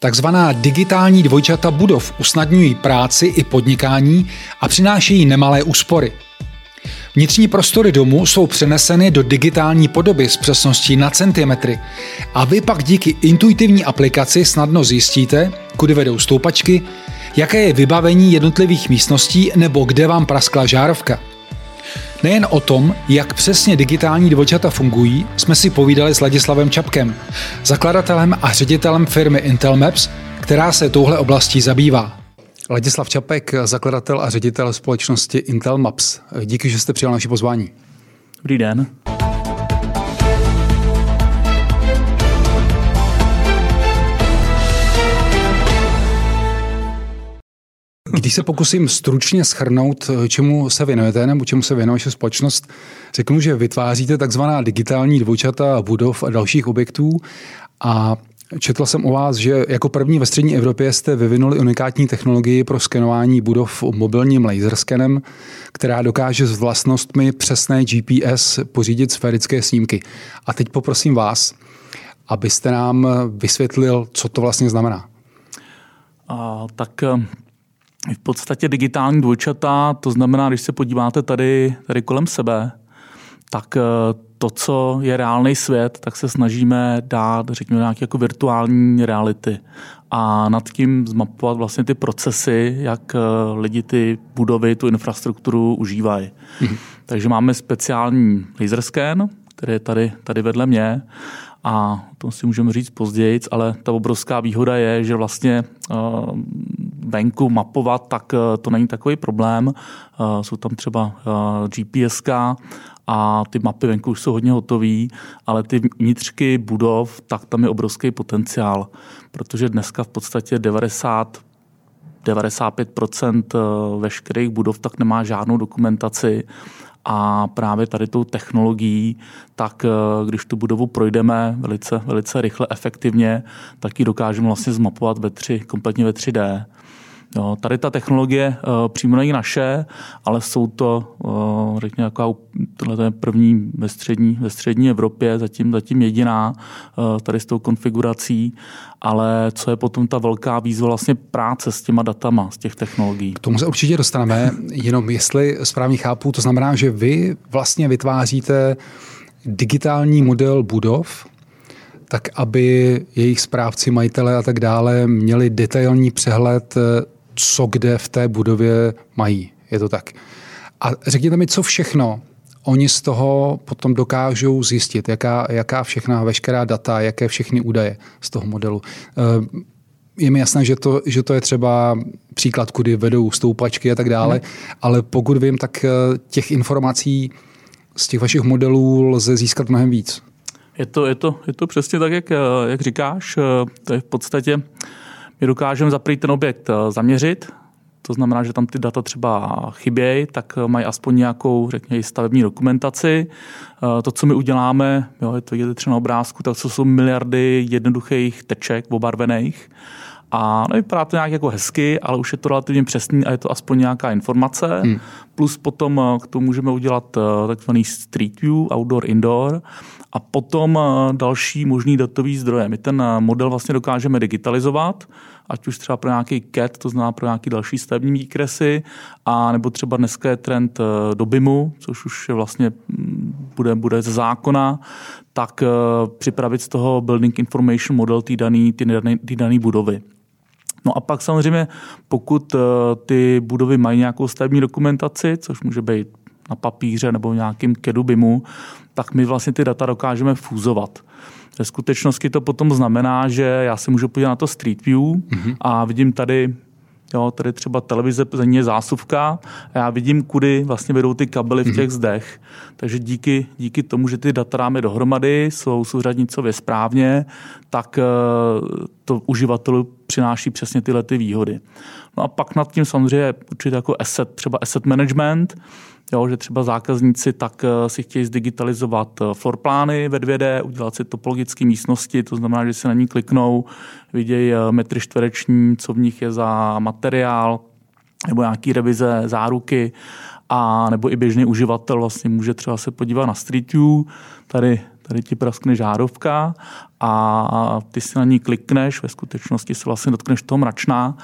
Takzvaná digitální dvojčata budov usnadňují práci i podnikání a přinášejí nemalé úspory. Vnitřní prostory domu jsou přeneseny do digitální podoby s přesností na centimetry a vy pak díky intuitivní aplikaci snadno zjistíte, kudy vedou stoupačky, jaké je vybavení jednotlivých místností nebo kde vám praskla žárovka. Nejen o tom, jak přesně digitální dvojčata fungují, jsme si povídali s Ladislavem Čapkem, zakladatelem a ředitelem firmy Intel Maps, která se touhle oblastí zabývá. Ladislav Čapek, zakladatel a ředitel společnosti Intel Maps. Díky, že jste přijal naše pozvání. Dobrý den. Když se pokusím stručně shrnout, čemu se věnujete nebo čemu se věnuje vaše společnost, řeknu, že vytváříte takzvaná digitální dvojčata budov a dalších objektů a četl jsem o vás, že jako první ve střední Evropě jste vyvinuli unikátní technologii pro skenování budov mobilním laserscanem, která dokáže s vlastnostmi přesné GPS pořídit sférické snímky. A teď poprosím vás, abyste nám vysvětlil, co to vlastně znamená. V podstatě digitální dvojčata, to znamená, když se podíváte tady kolem sebe, tak to, co je reálný svět, tak se snažíme dát, řekněme, nějaké jako virtuální reality a nad tím zmapovat vlastně ty procesy, jak lidi ty budovy, tu infrastrukturu užívají. Takže máme speciální laser scan, který je tady vedle mě, a to si můžeme říct později, ale ta obrovská výhoda je, že vlastně venku mapovat, tak to není takový problém. Jsou tam třeba GPSka a ty mapy venku už jsou hodně hotový, ale ty vnitřky budov, tak tam je obrovský potenciál, protože dneska v podstatě 95% veškerých budov tak nemá žádnou dokumentaci. A právě tady tou technologií, tak když tu budovu projdeme velice rychle, efektivně, tak ji dokážeme vlastně zmapovat kompletně ve 3D. Jo, tady ta technologie přímo není naše, ale jsou to, řekněme, tohle je první ve střední Evropě, zatím jediná tady s tou konfigurací, ale co je potom ta velká výzva vlastně práce s těma datama, z těch technologií. K tomu se určitě dostaneme, jenom jestli správně chápu, to znamená, že vy vlastně vytváříte digitální model budov, tak aby jejich správci, majitele a tak dále měli detailní přehled, co kde v té budově mají. Je to tak. A řekněte mi, co všechno oni z toho potom dokážou zjistit, jaká veškerá data, jaké všechny údaje z toho modelu. Je mi jasné, že to je třeba příklad, kudy vedou stoupačky a tak dále, ale pokud vím, tak těch informací z těch vašich modelů lze získat mnohem víc. Je to přesně tak, jak říkáš. To je v podstatě, my dokážeme za ten objekt zaměřit, to znamená, že tam ty data třeba chybějí, tak mají aspoň nějakou, řekněme, stavební dokumentaci. To, co my uděláme, je to vidět třeba na obrázku, tak to jsou miliardy jednoduchých teček obarvených. A vypadá to nějak jako hezky, ale už je to relativně přesný a je to aspoň nějaká informace. Plus potom k tomu můžeme udělat takzvaný Street View, Outdoor, Indoor. A potom další možný datový zdroje. My ten model vlastně dokážeme digitalizovat, ať už třeba pro nějaký CAD, to znamená pro nějaký další stavební výkresy, a nebo třeba dneska je trend do BIMu, což už je vlastně bude ze zákona, tak připravit z toho Building Information Model ty dané budovy. No a pak samozřejmě, pokud ty budovy mají nějakou stavební dokumentaci, což může být na papíře nebo v nějakým CADu BIMu, tak my vlastně ty data dokážeme fúzovat. Ve skutečnosti to potom znamená, že já se můžu podívat na to Street View a vidím tady třeba televize, za ní je zásuvka a já vidím, kudy vlastně vedou ty kabely v těch zdech. Takže díky tomu, že ty data dáme dohromady, jsou souřadnicově správně, tak to uživatelů přináší přesně tyhle ty výhody. No a pak nad tím samozřejmě určitě jako třeba asset management, že třeba zákazníci tak si chtějí zdigitalizovat floorplány ve 2D, udělat si topologické místnosti, to znamená, že si na ní kliknou, vidějí metry čtvereční, co v nich je za materiál, nebo nějaký revize, záruky, a nebo i běžný uživatel vlastně může třeba se podívat na Street View. Tady tady ti praskne žárovka a ty si na ní klikneš, ve skutečnosti se vlastně dotkneš toho mračna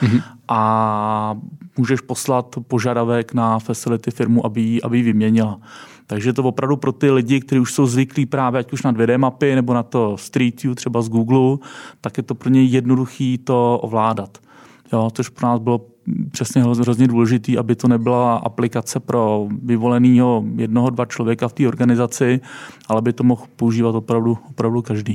a můžeš poslat požadavek na facility firmu, aby ji vyměnila. Takže to opravdu pro ty lidi, kteří už jsou zvyklí právě ať už na 2D mapy nebo na to Street View třeba z Google, tak je to pro ně jednoduchý to ovládat. Jo, což pro nás bylo přesně hrozně důležitý, aby to nebyla aplikace pro vyvolenýho 1-2 člověka v té organizaci, ale by to mohl používat opravdu každý.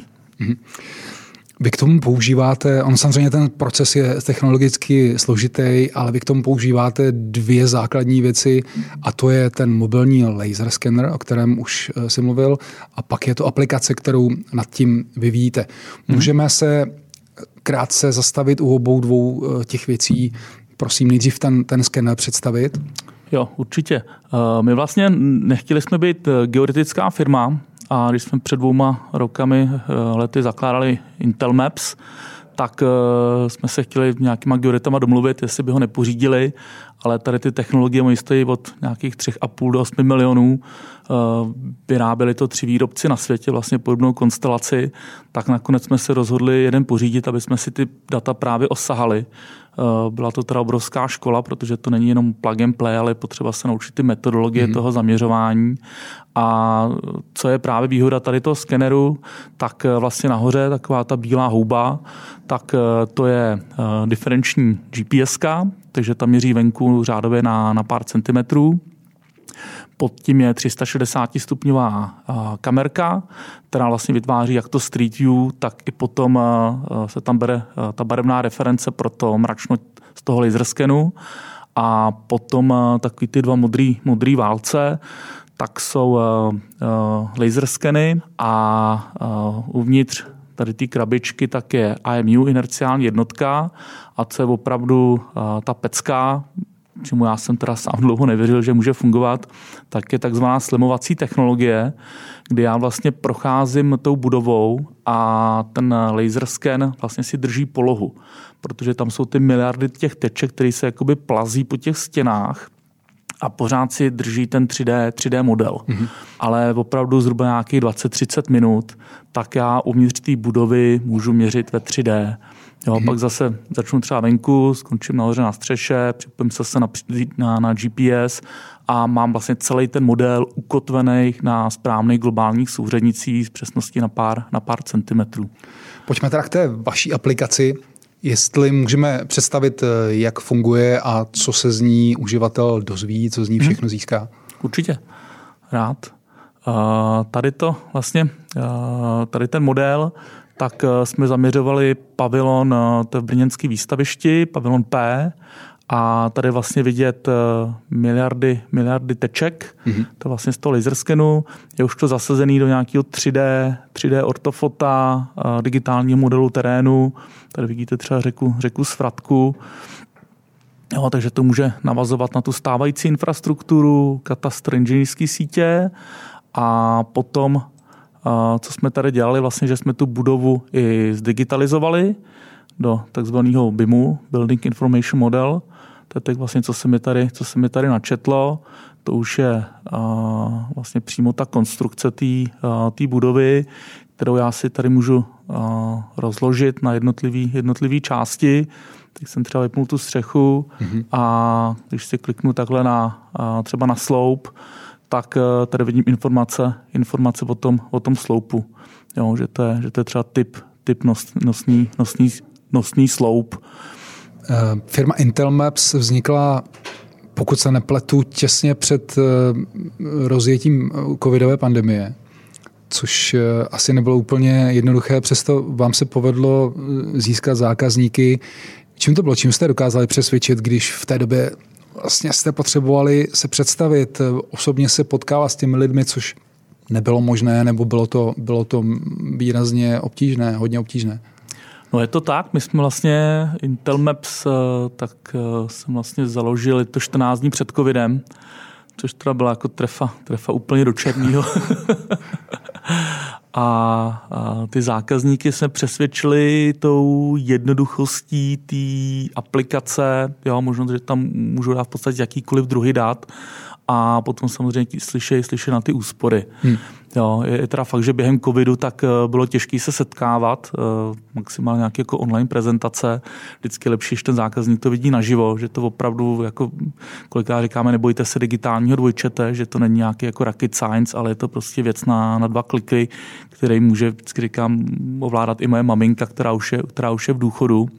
Vy k tomu používáte, on samozřejmě ten proces je technologicky složitý, ale vy k tomu používáte 2 základní věci a to je ten mobilní laser scanner, o kterém už si mluvil, a pak je to aplikace, kterou nad tím vyvíjíte. Můžeme se krátce zastavit u obou 2 těch věcí. Prosím, nejdřív ten scanner představit. Jo, určitě. My vlastně nechtěli jsme být geodetická firma, a když jsme před 2 lety zakládali Intel Maps, tak jsme se chtěli nějakýma geodetama domluvit, jestli by ho nepořídili, ale tady ty technologie oni stojí od nějakých 3,5 do 8 milionů. Vyráběli to 3 výrobci na světě, vlastně podobnou konstelaci, tak nakonec jsme se rozhodli jeden pořídit, aby jsme si ty data právě osahali. Byla to teda obrovská škola, protože to není jenom plug and play, ale je potřeba se naučit ty metodologie toho zaměřování. A co je právě výhoda tady toho skeneru, tak vlastně nahoře taková ta bílá houba, tak to je diferenční GPSka, takže tam měří venku řádově na pár centimetrů. Pod tím je 360 kamerka, která vlastně vytváří jak to Street View, tak i potom se tam bere ta barevná reference pro to mračno z toho laser skenu. A potom takový ty 2 modrý válce, tak jsou laser skeny a uvnitř tady ty krabičky tak je IMU, inerciální jednotka, a co je opravdu ta pecka, čemu já jsem teda sám dlouho nevěřil, že může fungovat, tak je takzvaná slimovací technologie, kdy já vlastně procházím tou budovou a ten laser scan vlastně si drží polohu, protože tam jsou ty miliardy těch teček, které se jakoby plazí po těch stěnách a pořád si drží ten 3D model. Ale opravdu zhruba nějakých 20-30 minut, tak já uvnitř té budovy můžu měřit ve 3D. Jo, pak zase začnu třeba venku, skončím nahoře na střeše, připojím se na GPS a mám vlastně celý ten model ukotvený na správných globálních souřadnicích s přesností na pár centimetrů. Pojďme teda k té vaší aplikaci. Jestli můžeme představit, jak funguje a co se z ní uživatel dozví, co z ní všechno získá? Určitě. Rád. Tady ten model, tak jsme zaměřovali pavilon, to v brněnský výstavišti, pavilon P, a tady vlastně vidět miliardy teček, to vlastně z toho laser skenu, je už to zasazený do nějakého 3D ortofota, digitálního modelu terénu, tady vidíte třeba řeku Svratku, jo, takže to může navazovat na tu stávající infrastrukturu, katastr inženýrské sítě, a potom co jsme tady dělali, vlastně, že jsme tu budovu i zdigitalizovali do takzvaného BIMu, Building Information Model. To je tak vlastně, co se mi tady načetlo. To už je vlastně přímo ta konstrukce té budovy, kterou já si tady můžu rozložit na jednotlivé části. Tak jsem třeba vypnul tu střechu a když si kliknu takhle třeba na sloup, tak tady vidím informace o tom sloupu. Jo, že to je třeba typ nosný sloup. Firma Intel Maps vznikla, pokud se nepletu, těsně před rozjetím covidové pandemie, což asi nebylo úplně jednoduché, přesto vám se povedlo získat zákazníky. Čím to bylo? Čím jste dokázali přesvědčit, když v té době vlastně jste potřebovali se představit, osobně se potkávat s těmi lidmi, což nebylo možné, nebo bylo to výrazně obtížné, hodně obtížné? No je to tak, my jsme vlastně Intel Maps, tak jsem vlastně založil to 14 dní před covidem, což teda byla jako trefa úplně do černého. A ty zákazníky jsme přesvědčili tou jednoduchostí té aplikace, jo, možná, že tam můžou dát v podstatě jakýkoliv druhý dat, a potom samozřejmě slyší na ty úspory. Jo, je teda fakt, že během covidu tak bylo těžké se setkávat, maximálně nějaké jako online prezentace, vždycky lepší, když ten zákazník to vidí naživo, že to opravdu, jako kolikrát říkáme, nebojte se digitálního dvojčete, že to není nějaký jako rocket science, ale je to prostě věc na 2 kliky, který může, vždycky říkám, ovládat i moje maminka, která už je v důchodu.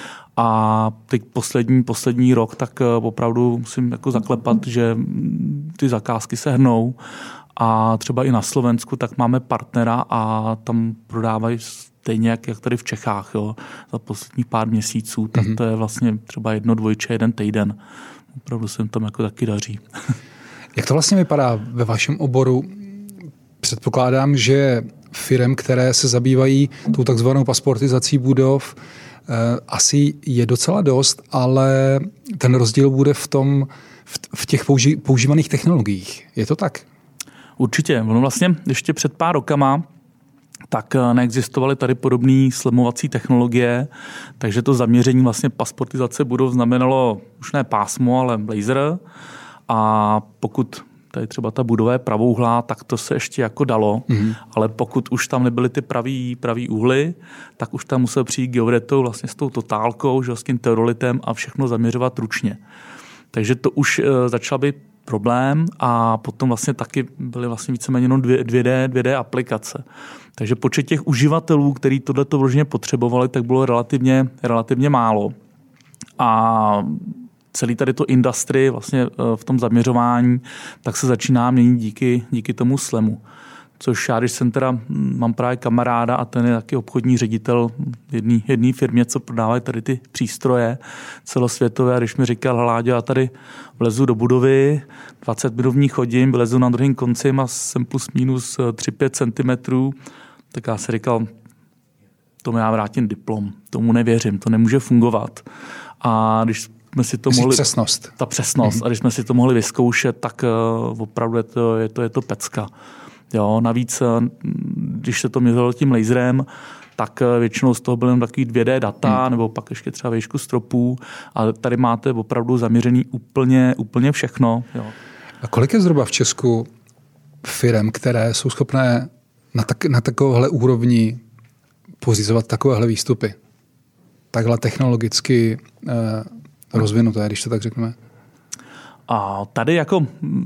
A teď poslední rok, tak opravdu musím jako zaklepat, že ty zakázky se hrnou. A třeba i na Slovensku tak máme partnera a tam prodávají stejně jak tady v Čechách, jo, za posledních pár měsíců, tak to je vlastně třeba 1 dvojče, 1 týden. Opravdu se tam jako taky daří. Jak to vlastně vypadá ve vašem oboru? Předpokládám, že firem, které se zabývají tou takzvanou pasportizací budov, asi je docela dost, ale ten rozdíl bude v těch používaných technologiích. Je to tak? Určitě. Ono vlastně ještě před pár rokama tak neexistovaly tady podobné slemovací technologie, takže to zaměření vlastně pasportizace budov znamenalo už ne pásmo, ale laser. A pokud tady třeba ta budova je pravouhlá, tak to se ještě jako dalo, ale pokud už tam nebyly ty pravý úhly, tak už tam musel přijít geodetou vlastně s tou totálkou, že s tím teodolitem a všechno zaměřovat ručně. Takže to už začal být problém a potom vlastně taky byly vlastně víceméně jenom 2D aplikace. Takže počet těch uživatelů, kteří tohleto vložně potřebovali, tak bylo relativně málo. A celý tady to industry vlastně v tom zaměřování tak se začíná měnit díky tomu slemu. Což já, když jsem teda, mám právě kamaráda a ten je taky obchodní ředitel jedné firmě, co prodávají tady ty přístroje celosvětové. A když mi říkal, Láďo, já tady vlezu do budovy, 20 minut v ní chodím, vylezu na druhém konci a jsem plus minus 3-5 cm, tak já si říkal, tomu já vrátím diplom, tomu nevěřím, to nemůže fungovat. A když jsme si to mohli... Přesnost. Ta přesnost. A když jsme si to mohli vyzkoušet, tak opravdu je to pecka. Jo, navíc, když se to měřilo tím laserem, tak většinou z toho byly takový 2D data, nebo pak ještě třeba výšku stropů, ale tady máte opravdu zaměřený úplně všechno. Jo. A kolik je zhruba v Česku firem, které jsou schopné na takovéhle úrovni pořizovat takovéhle výstupy? Takhle technologicky rozvinuté, když to tak řekneme. A tady jako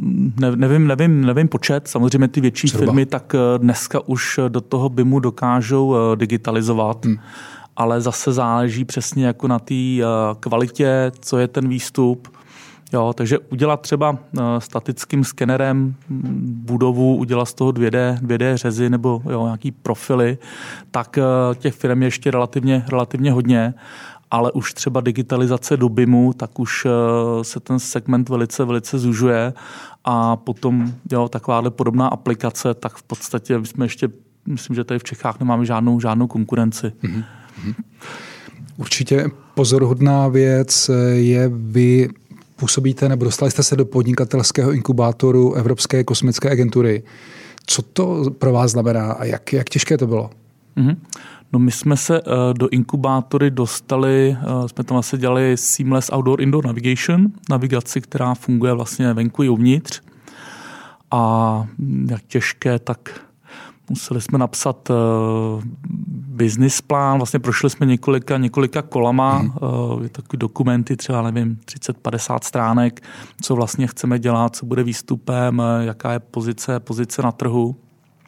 nevím počet, samozřejmě ty větší firmy tak dneska už do toho BIMu dokážou digitalizovat, ale zase záleží přesně jako na té kvalitě, co je ten výstup. Jo, takže udělat třeba statickým skenerem budovu, udělat z toho 2D řezy nebo nějaký profily, tak těch firm je ještě relativně hodně. Ale už třeba digitalizace do BIMu, tak už se ten segment velice zužuje a potom takováhle podobná aplikace, tak v podstatě jsme ještě, myslím, že tady v Čechách nemáme žádnou konkurenci. Určitě pozoruhodná věc je, vy působíte nebo dostali jste se do podnikatelského inkubátoru Evropské kosmické agentury. Co to pro vás znamená a jak těžké to bylo? No my jsme se do inkubátory dostali, jsme tam vlastně dělali Seamless Outdoor-Indoor Navigation, navigaci, která funguje vlastně venku i uvnitř. A jak těžké, tak museli jsme napsat business plán, vlastně prošli jsme několika kolama, takový dokumenty, třeba nevím, 30-50 stránek, co vlastně chceme dělat, co bude výstupem, jaká je pozice na trhu.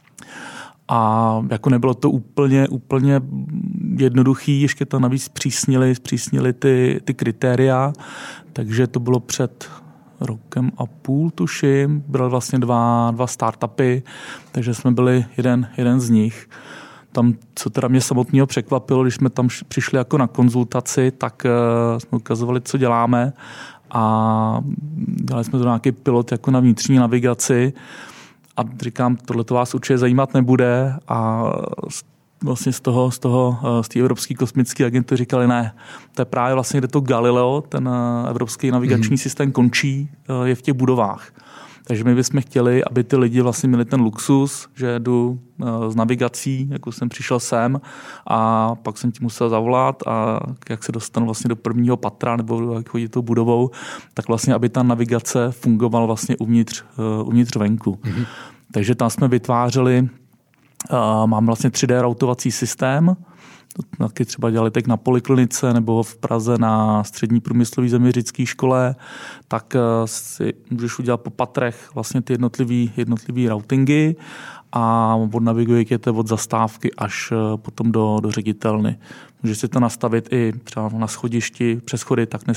A jako nebylo to úplně jednoduchý, ještě to navíc zpřísnili ty kritéria, takže to bylo před rokem a půl, tuším, byly vlastně dva startupy, takže jsme byli jeden z nich. Tam, co teda mě samotného překvapilo, když jsme tam přišli jako na konzultaci, tak jsme ukazovali, co děláme a dělali jsme to nějaký pilot jako na vnitřní navigaci. A říkám, tohle to vás určitě zajímat nebude a vlastně z té Evropské kosmické agentury říkali ne. To je právě vlastně, kde to Galileo, ten evropský navigační systém končí, je v těch budovách. Takže my bychom chtěli, aby ty lidi vlastně měli ten luxus, že jdu s navigací, jako jsem přišel sem a pak jsem ti musel zavolat a jak se dostanu vlastně do prvního patra nebo jak chodit tou budovou, tak vlastně, aby ta navigace fungovala vlastně uvnitř venku. Mm-hmm. Takže tam jsme vytvářeli, mám vlastně 3D routovací systém, to taky třeba dělali teď na poliklinice nebo v Praze na střední průmyslové zeměřické škole, tak si můžeš udělat po patrech vlastně ty jednotlivý routingy a odnavigujete od zastávky až potom do ředitelny. Můžeš si to nastavit i třeba na schodišti, přes schody, tak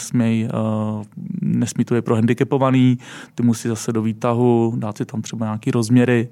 nesmí to být pro handicapovaný, ty musí zase do výtahu, dát si tam třeba nějaký rozměry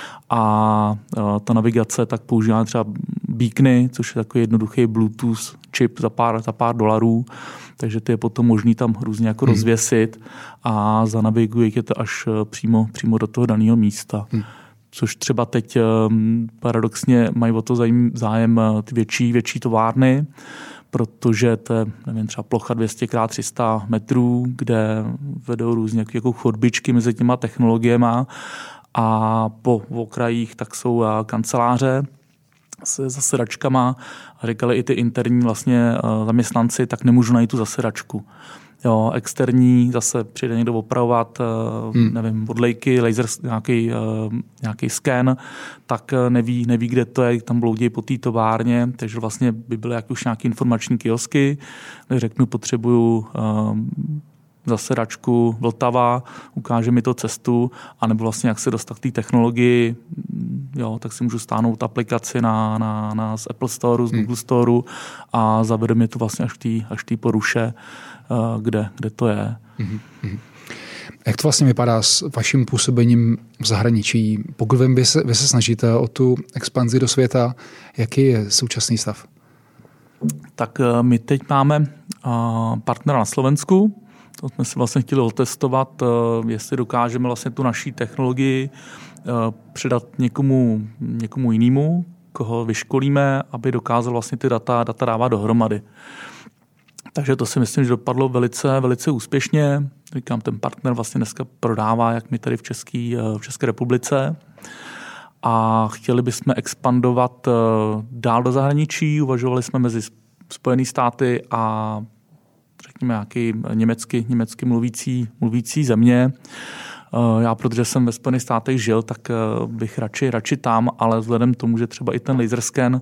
a ta navigace tak používá třeba beacony, což je takový jednoduchý Bluetooth čip za pár dolarů, takže ty je potom možný tam různě jako rozvěsit a zanavigujete to až přímo do toho daného místa. Což třeba teď paradoxně mají o to zájem ty větší továrny, protože to je, nevím, třeba plocha 200x300 metrů, kde vedou různě jako chodbičky mezi těma technologiema a po okrajích tak jsou kanceláře se zasedačkama a říkali i ty interní vlastně zaměstnanci, tak nemůžu najít tu zasedačku. Jo, externí zase přijde někdo opravovat, nevím, odlejky, laser, nějaký sken, tak neví, kde to je, tam bloudí po té továrně, takže vlastně by byly jak už nějaké informační kiosky, řeknu, potřebuju zasedačku Vltava, ukáže mi to cestu, anebo vlastně jak se dostat k té technologii, jo, tak si můžu stáhnout aplikaci z Apple Store, z Google Store a zavede mi to vlastně až k té poruše, kde to je. Jak to vlastně vypadá s vaším působením v zahraničí? Pokud vy se snažíte o tu expanzi do světa, jaký je současný stav? Tak my teď máme partnera na Slovensku. To jsme si vlastně chtěli otestovat, jestli dokážeme vlastně tu naší technologii předat někomu jinému, koho vyškolíme, aby dokázal vlastně ty data dávat dohromady. Takže to si myslím, že dopadlo velice úspěšně. Říkám, ten partner vlastně dneska prodává, jak my tady v České republice. A chtěli bychom expandovat dál do zahraničí. Uvažovali jsme mezi Spojené státy a řekněme nějaký německy mluvící země. Já, protože jsem ve Spojených státech žil, tak bych radši tam, ale vzhledem k tomu, že třeba i ten laser scan,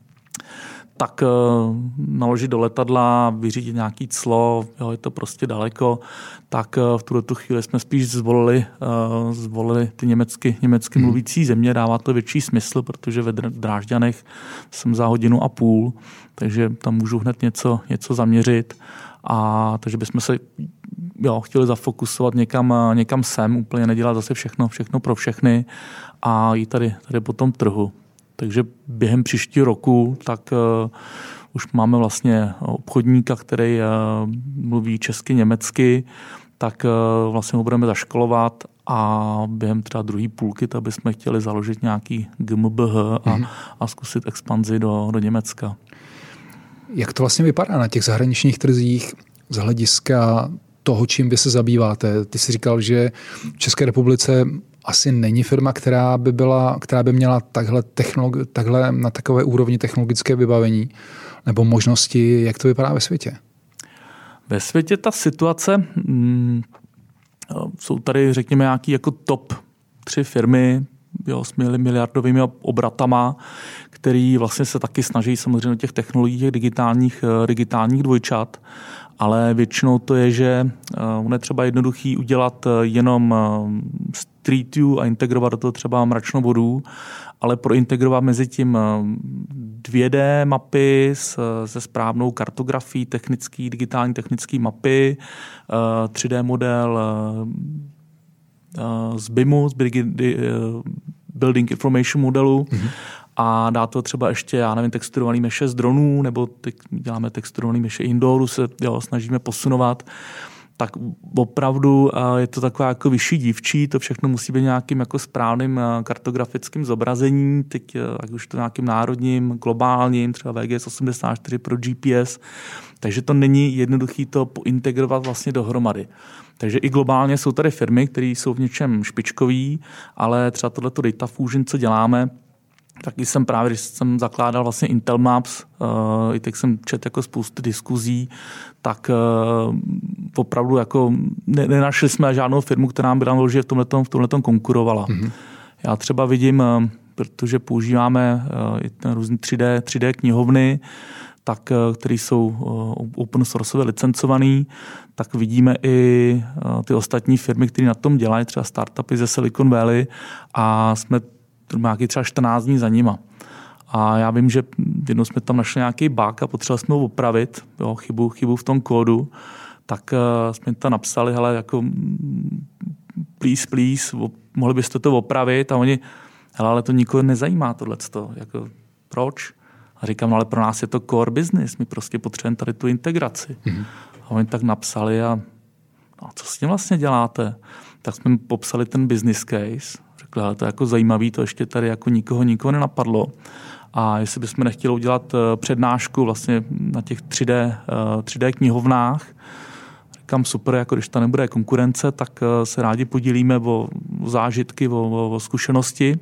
tak naložit do letadla, vyřídit nějaký clo, jo, je to prostě daleko, tak v tuto chvíli jsme spíš zvolili ty německy mluvící země, dává to větší smysl, protože ve Drážďanech jsem za 1.5 hodiny, takže tam můžu hned něco zaměřit. A takže bychom se chtěli zafokusovat někam sem, úplně nedělat zase všechno pro všechny a jít tady po tom trhu. Takže během příštího roku tak už máme vlastně obchodníka, který mluví česky, německy, tak vlastně ho budeme zaškolovat a během třeba druhé půlky to bychom chtěli založit nějaký GmbH a zkusit expanzi do Německa. Jak to vlastně vypadá na těch zahraničních trzích z hlediska toho, čím vy se zabýváte? Ty jsi říkal, že v České republice asi není firma, která by měla takhle na takové úrovni technologické vybavení nebo možnosti. Jak to vypadá ve světě? Ve světě ta situace, jsou tady, řekněme, nějaký jako top 3 firmy, s miliardovými obratama, který vlastně se taky snaží samozřejmě o těch technologiích digitálních dvojčat, ale většinou to je, že on je třeba jednoduchý udělat jenom Street View a integrovat do toho třeba mračnovodu, ale prointegrovat mezi tím 2D mapy se správnou kartografií digitální technické mapy, 3D model z BIMu, z Building Information modelu, a dá to třeba ještě, texturovaný meše z dronů, nebo teď děláme texturovaný meše indooru, se snažíme posunovat. tak opravdu je to taková jako vyšší dívčí, to všechno musí být nějakým jako správným kartografickým zobrazením, teď ať už to nějakým národním, globálním, třeba VGS 84 pro GPS, takže to není jednoduché to pointegrovat vlastně dohromady. Takže i globálně jsou tady firmy, které jsou v něčem špičkový, ale třeba tohleto data fusion, co děláme, taky jsem právě, když jsem zakládal vlastně Intel Maps, i teď jsem četl jako spoustu diskuzí, tak opravdu jako nenašli jsme žádnou firmu, která nám by nám v tomhletom konkurovala. Mm-hmm. Já třeba vidím, protože používáme i různé 3D knihovny, tak, které jsou open sourceově licencované, tak vidíme i ty ostatní firmy, které na tom dělají, třeba startupy ze Silicon Valley a jsme nějaký třeba 14 dní za nima. A já vím, že jednou jsme tam našli nějaký bug a potřebovali jsme ho opravit, jo, chybu v tom kódu, tak jsme tam napsali, hele, jako please, mohli byste to opravit a oni, hele, ale to nikoho nezajímá tohleto, jako proč? A říkám, no ale pro nás je to core business, my prostě potřebujeme tady tu integraci. Mm-hmm. A oni tak napsali a co s tím vlastně děláte? Tak jsme popsali ten business case, řekli, ale to je jako zajímavý, to ještě tady jako nikoho nenapadlo. A jestli bychom nechtěli udělat přednášku vlastně na těch 3D knihovnách, říkám super, jako když to nebude konkurence, tak se rádi podílíme o zážitky, o zkušenosti.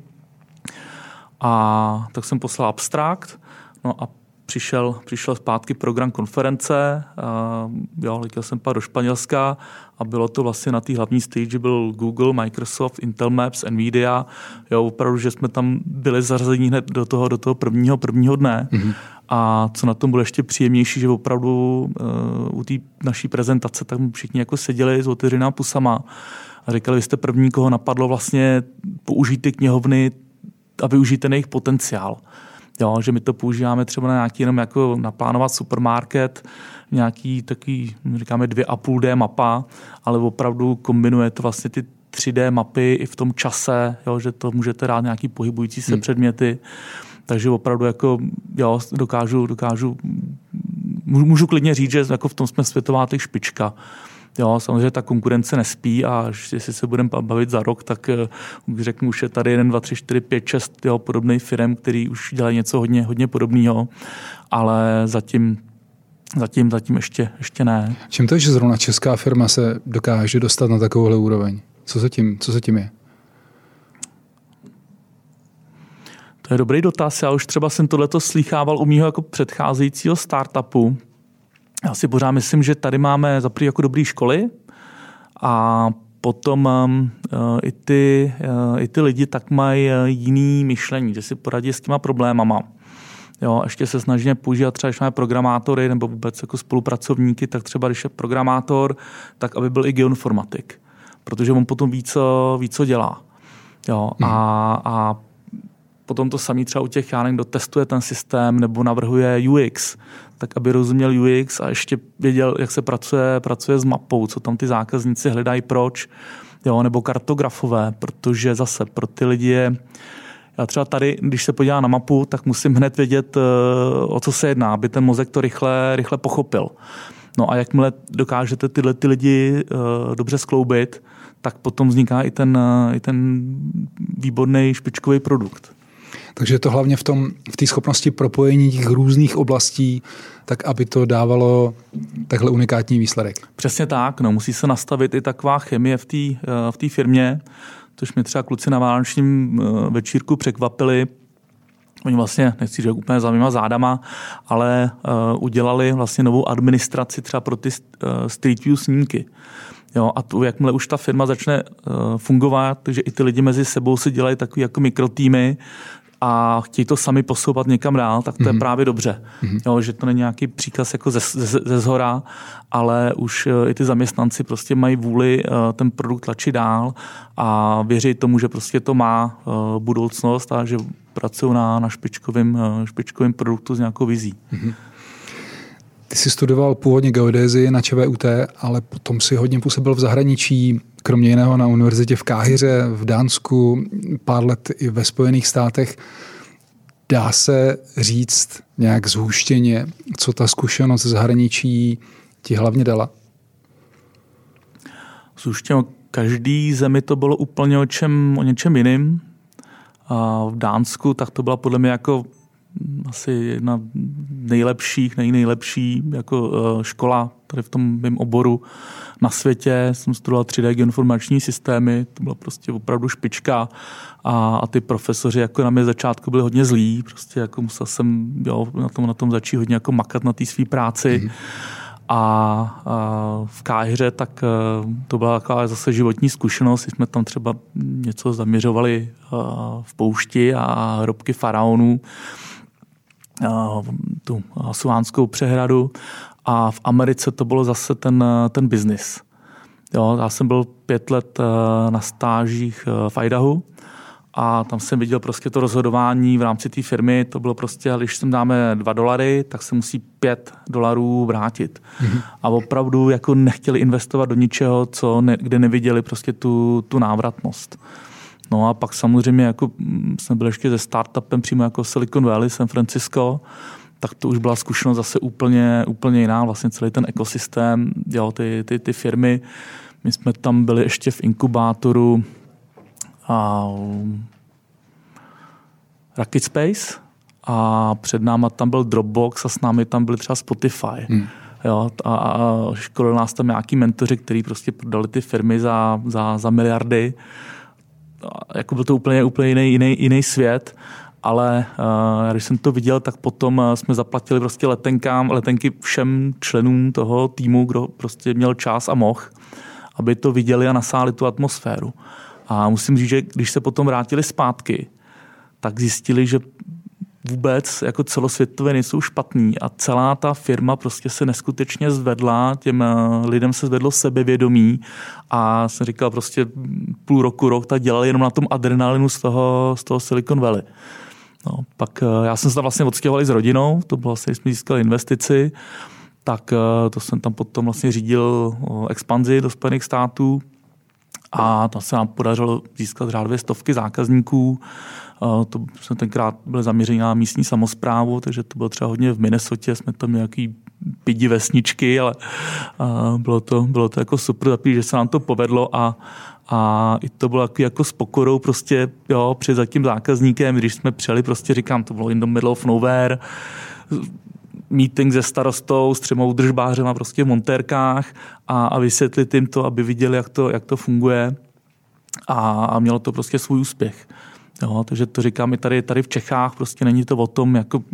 A tak jsem poslal abstrakt, no a přišel zpátky program konference, letěl jsem pak do Španělska a bylo to vlastně na té hlavní stage, byl Google, Microsoft, Intel Maps, Nvidia, jo, opravdu, že jsme tam byli zařazení hned do toho prvního dne. Mm-hmm. A co na tom bylo ještě příjemnější, že opravdu u té naší prezentace tam všichni jako seděli s otevřenýma pusama a říkali, vy jste první, koho napadlo vlastně použít ty knihovny a využít ten jejich potenciál. Jo, že my to používáme třeba na nějaký jenom jako naplánovat supermarket, nějaký takový, říkáme 2,5D mapa, ale opravdu kombinuje to vlastně ty 3D mapy i v tom čase, jo, že to můžete dát nějaký pohybující se předměty. Takže opravdu jako, jo, můžu klidně říct, že jako v tom jsme světová těch špička. Jo, samozřejmě ta konkurence nespí a jestli se budeme bavit za rok, tak řeknu, už je tady 1, 2, 3, 4, 5, 6 podobných firm, který už dělají něco hodně podobného, ale zatím ještě ne. Čím to je, že zrovna česká firma se dokáže dostat na takovouhle úroveň? Co se tím je? To je dobrý dotaz. Já už třeba jsem tohleto slýchával u mýho jako předcházejícího startupu. Já si pořád myslím, že tady máme za první jako dobré školy a potom i ty lidi tak mají jiný myšlení, že si poradí s těma problémama. Jo, ještě se snažíme používat třeba, když máme programátory nebo vůbec jako spolupracovníky, tak třeba když je programátor, tak aby byl i geoinformatik, protože on potom ví, co dělá. Jo, a potom to samý třeba u těch, kdo testuje ten systém nebo navrhuje UX, tak aby rozuměl UX a ještě věděl, jak se pracuje s mapou, co tam ty zákazníci hledají, proč, jo, nebo kartografové, protože zase pro ty lidi je, já třeba tady, když se podívám na mapu, tak musím hned vědět, o co se jedná, aby ten mozek to rychle pochopil. No a jakmile dokážete ty lidi dobře skloubit, tak potom vzniká i ten výborný špičkový produkt. Takže je to hlavně v té schopnosti propojení těch různých oblastí, tak aby to dávalo takhle unikátní výsledek. Přesně tak, no, musí se nastavit i taková chemie v té firmě, což mě třeba kluci na vánočním večírku překvapili. Oni vlastně, nechci říct úplně za mýma zádama, ale udělali vlastně novou administraci třeba pro ty Street View snímky. Jo, a tu, jakmile už ta firma začne fungovat, takže i ty lidi mezi sebou si dělají takový jako mikrotýmy a chtějí to sami posouvat někam dál, tak to je právě dobře. Jo, že to není nějaký příkaz jako ze zhora, ale už i ty zaměstnanci prostě mají vůli ten produkt tlačit dál a věří tomu, že prostě to má budoucnost a že pracují na špičkovém produktu s nějakou vizí. Ty jsi studoval původně geodézii na ČVUT, ale potom si hodně působil v zahraničí, kromě jiného na univerzitě v Káhiře, v Dánsku, pár let i ve Spojených státech. Dá se říct nějak zhuštěně, co ta zkušenost z zahraničí ti hlavně dala? Každý zemi to bylo úplně o něčem jiným. A v Dánsku tak to byla podle mě jako asi jedna nejlepší jako škola tady v tom mém oboru na světě. Jsem studoval 3D geoinformační systémy, to byla prostě opravdu špička a ty profesoři jako na mě začátku byli hodně zlí, prostě jako musel jsem na tom začít hodně jako makat na té své práci. A v Káhiře tak to byla taková zase životní zkušenost, jsme tam třeba něco zaměřovali v poušti a hrobky faraonů, tu Asuánskou přehradu, a v Americe to bylo zase ten biznis. Já jsem byl 5 let na stážích v Idahu a tam jsem viděl prostě to rozhodování v rámci té firmy. To bylo prostě, když sem dáme $2, tak se musí $5 vrátit. A opravdu jako nechtěli investovat do ničeho, kde neviděli prostě tu návratnost. No a pak samozřejmě jako jsme byli ještě se startupem přímo jako Silicon Valley, San Francisco, tak to už byla zkušenost zase úplně jiná, vlastně celý ten ekosystém, ty firmy. My jsme tam byli ještě v inkubátoru Rocket Space a před náma tam byl Dropbox a s námi tam byli třeba Spotify. Jo, a školili nás tam nějaký mentoři, kteří prostě prodali ty firmy za miliardy. Jako byl to úplně jiný svět, ale když jsem to viděl, tak potom jsme zaplatili prostě letenky všem členům toho týmu, kdo prostě měl čas a mohl, aby to viděli a nasáli tu atmosféru. A musím říct, že když se potom vrátili zpátky, tak zjistili, že vůbec jako celosvětově nejsou špatný a celá ta firma prostě se neskutečně zvedla, těm lidem se zvedlo sebevědomí a jsem říkal prostě rok tak dělali jenom na tom adrenalinu z toho Silicon Valley. No, pak já jsem se tam vlastně odstěhoval s rodinou, to bylo vlastně, jsme získali investici, tak to jsem tam potom vlastně řídil expanzi do Spojených států a tam se nám podařilo získat řádově 100 zákazníků. To jsme tenkrát byli zaměřeni na místní samosprávu, takže to bylo třeba hodně v Minnesotě, jsme tam nějaký pidi vesničky, ale bylo to jako super, že se nám to povedlo a i to bylo jako s pokorou prostě, jo, před za tím zákazníkem, když jsme přijeli, prostě říkám, to bylo in the middle of nowhere, meeting se starostou, s 3 údržbářema prostě v montérkách a vysvětlit jim to, aby viděli, jak to funguje a mělo to prostě svůj úspěch. Jo, takže to říkám i tady v Čechách, prostě není to o tom, jako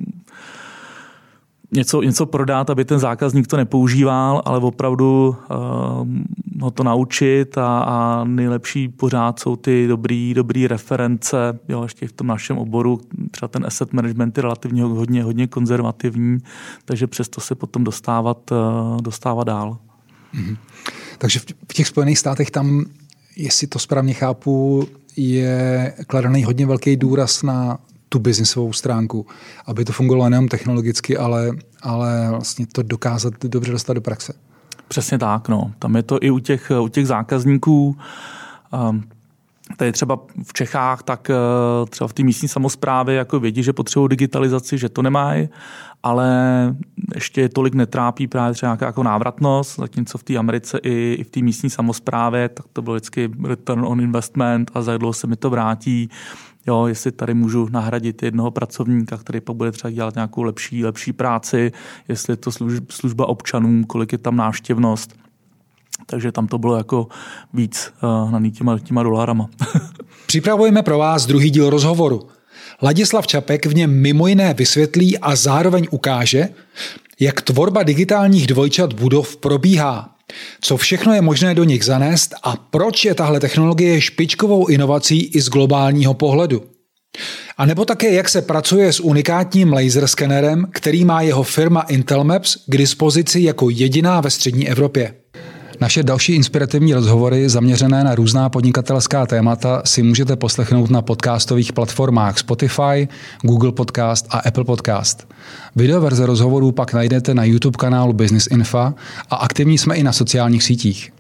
něco prodat, aby ten zákazník to nepoužíval, ale opravdu ho to naučit a nejlepší pořád jsou ty dobrý reference, jo, ještě v tom našem oboru, třeba ten asset management je relativně hodně konzervativní, takže přesto se potom dostávat dál. Takže v těch Spojených státech tam, jestli to správně chápu, je kladený hodně velký důraz na tu biznisovou stránku, aby to fungovalo nejen technologicky, ale vlastně to dokázat dobře dostat do praxe. Přesně tak, no. Tam je to i u těch zákazníků. Tady třeba v Čechách, tak třeba v té místní samosprávě jako vědí, že potřebují digitalizaci, že to nemají, ale ještě tolik netrápí právě třeba nějaká jako návratnost, zatímco v té Americe i v té místní samosprávě, tak to bylo vždycky return on investment a za dlouho se mi to vrátí. Jo, jestli tady můžu nahradit jednoho pracovníka, který pak bude třeba dělat nějakou lepší práci, jestli je to služba občanům, kolik je tam návštěvnost. Takže tam to bylo jako víc hnaný těma dolarama. Připravujeme pro vás druhý díl rozhovoru. Ladislav Čapek v něm mimo jiné vysvětlí a zároveň ukáže, jak tvorba digitálních dvojčat budov probíhá, co všechno je možné do nich zanést a proč je tahle technologie špičkovou inovací i z globálního pohledu. A nebo také, jak se pracuje s unikátním laser skenerem, který má jeho firma Intelmaps k dispozici jako jediná ve střední Evropě. Naše další inspirativní rozhovory zaměřené na různá podnikatelská témata si můžete poslechnout na podcastových platformách Spotify, Google Podcast a Apple Podcast. Videoverze rozhovorů pak najdete na YouTube kanálu Business Info a aktivní jsme i na sociálních sítích.